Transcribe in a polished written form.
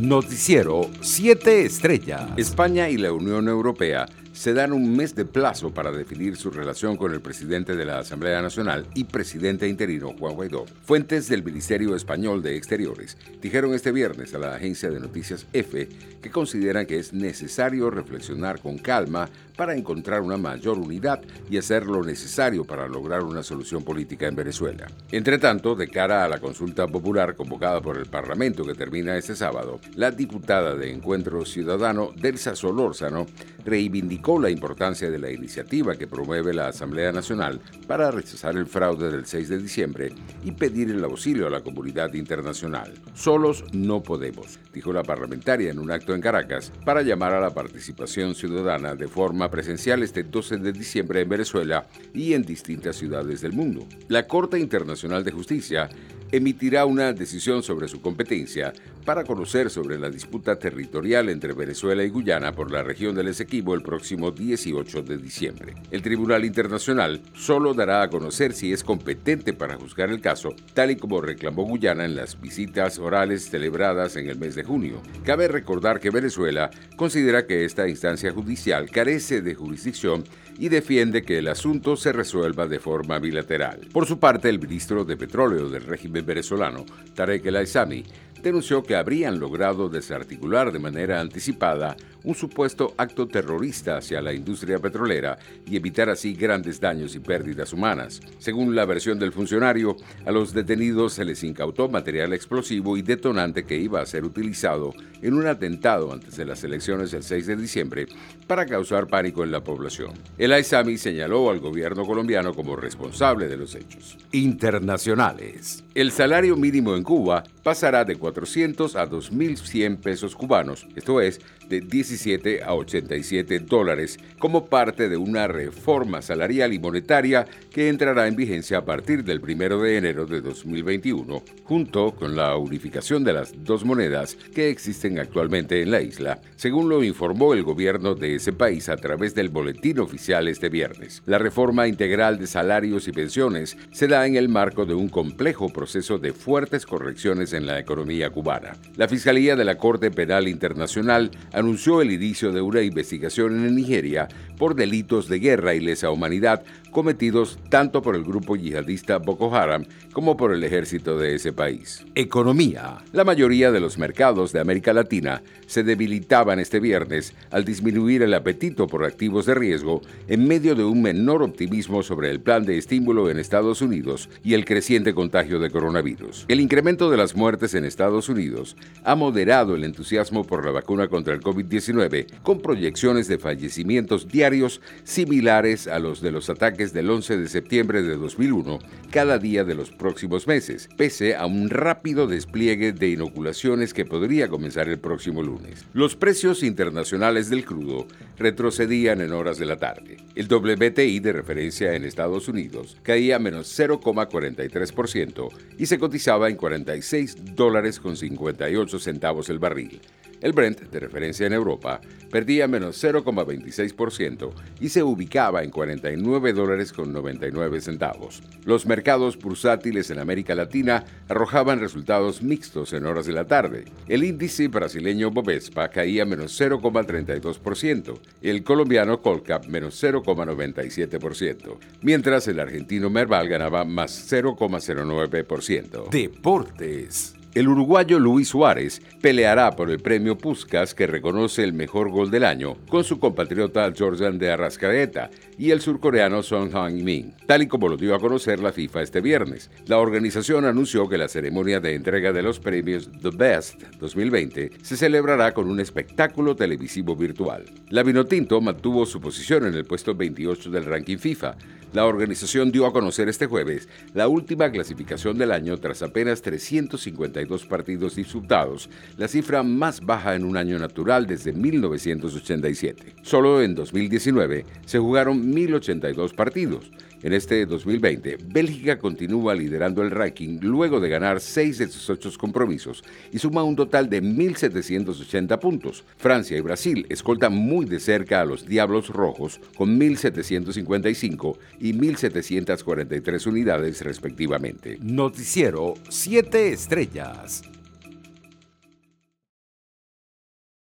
Noticiero 7 Estrellas. España y la Unión Europea se dan un mes de plazo para definir su relación con el presidente de la Asamblea Nacional y presidente interino Juan Guaidó. Fuentes del Ministerio Español de Exteriores dijeron este viernes a la agencia de noticias EFE que consideran que es necesario reflexionar con calma para encontrar una mayor unidad y hacer lo necesario para lograr una solución política en Venezuela. Entre tanto, de cara a la consulta popular convocada por el Parlamento que termina este sábado, la diputada de Encuentro Ciudadano, Delsa Solórzano, reivindicó la importancia de la iniciativa que promueve la Asamblea Nacional para rechazar el fraude del 6 de diciembre y pedir el auxilio a la comunidad internacional. Solos no podemos, dijo la parlamentaria en un acto en Caracas para llamar a la participación ciudadana de forma presencial este 12 de diciembre en Venezuela y en distintas ciudades del mundo. La Corte Internacional de Justicia emitirá una decisión sobre su competencia para conocer sobre la disputa territorial entre Venezuela y Guyana por la región del Esequibo el próximo 18 de diciembre. El Tribunal Internacional solo dará a conocer si es competente para juzgar el caso, tal y como reclamó Guyana en las visitas orales celebradas en el mes de junio. Cabe recordar que Venezuela considera que esta instancia judicial carece de jurisdicción y defiende que el asunto se resuelva de forma bilateral. Por su parte, el ministro de Petróleo del régimen venezolano, Tarek El Aissami, denunció que habrían logrado desarticular de manera anticipada un supuesto acto terrorista hacia la industria petrolera y evitar así grandes daños y pérdidas humanas. Según la versión del funcionario, a los detenidos se les incautó material explosivo y detonante que iba a ser utilizado en un atentado antes de las elecciones del 6 de diciembre para causar pánico en la población. El Aissami señaló al gobierno colombiano como responsable de los hechos. Internacionales. El salario mínimo en Cuba pasará de 400 a 2.100 pesos cubanos, esto es, de 17 a 87 dólares, como parte de una reforma salarial y monetaria que entrará en vigencia a partir del 1 de enero de 2021, junto con la unificación de las dos monedas que existen actualmente en la isla, según lo informó el gobierno de ese país a través del boletín oficial este viernes. La reforma integral de salarios y pensiones se da en el marco de un complejo proceso de fuertes correcciones en la economía cubana. La Fiscalía de la Corte Penal Internacional anunció el inicio de una investigación en Nigeria por delitos de guerra y lesa humanidad cometidos tanto por el grupo yihadista Boko Haram como por el ejército de ese país. Economía. La mayoría de los mercados de América Latina se debilitaban este viernes al disminuir el apetito por activos de riesgo en medio de un menor optimismo sobre el plan de estímulo en Estados Unidos y el creciente contagio de coronavirus. El incremento de las muertes en Estados Unidos ha moderado el entusiasmo por la vacuna contra el COVID-19, con proyecciones de fallecimientos diarios similares a los de los ataques del 11 de septiembre de 2001 cada día de los próximos meses, pese a un rápido despliegue de inoculaciones que podría comenzar el próximo lunes. Los precios internacionales del crudo retrocedían en horas de la tarde. El WTI de referencia en Estados Unidos caía menos 0,43% y se cotizaba en $46.58 el barril. El Brent, de referencia en Europa, perdía menos 0,26% y se ubicaba en $49.99. Los mercados bursátiles en América Latina arrojaban resultados mixtos en horas de la tarde. El índice brasileño Bovespa caía menos 0,32%, el colombiano Colcap menos 0,97%, mientras el argentino Merval ganaba más 0,09%. Deportes. El uruguayo Luis Suárez peleará por el premio Puskás que reconoce el mejor gol del año con su compatriota Jordan de Arrascaeta y el surcoreano Son Heung-min, tal y como lo dio a conocer la FIFA este viernes. La organización anunció que la ceremonia de entrega de los premios The Best 2020 se celebrará con un espectáculo televisivo virtual. La Vinotinto mantuvo su posición en el puesto 28 del ranking FIFA. La organización dio a conocer este jueves la última clasificación del año tras apenas 352 partidos disputados, la cifra más baja en un año natural desde 1987. Solo en 2019 se jugaron 1.082 partidos. En este 2020, Bélgica continúa liderando el ranking luego de ganar 6 de sus 8 compromisos y suma un total de 1.780 puntos. Francia y Brasil escoltan muy de cerca a los Diablos Rojos con 1.755 y 1.743 unidades respectivamente. Noticiero 7 Estrellas.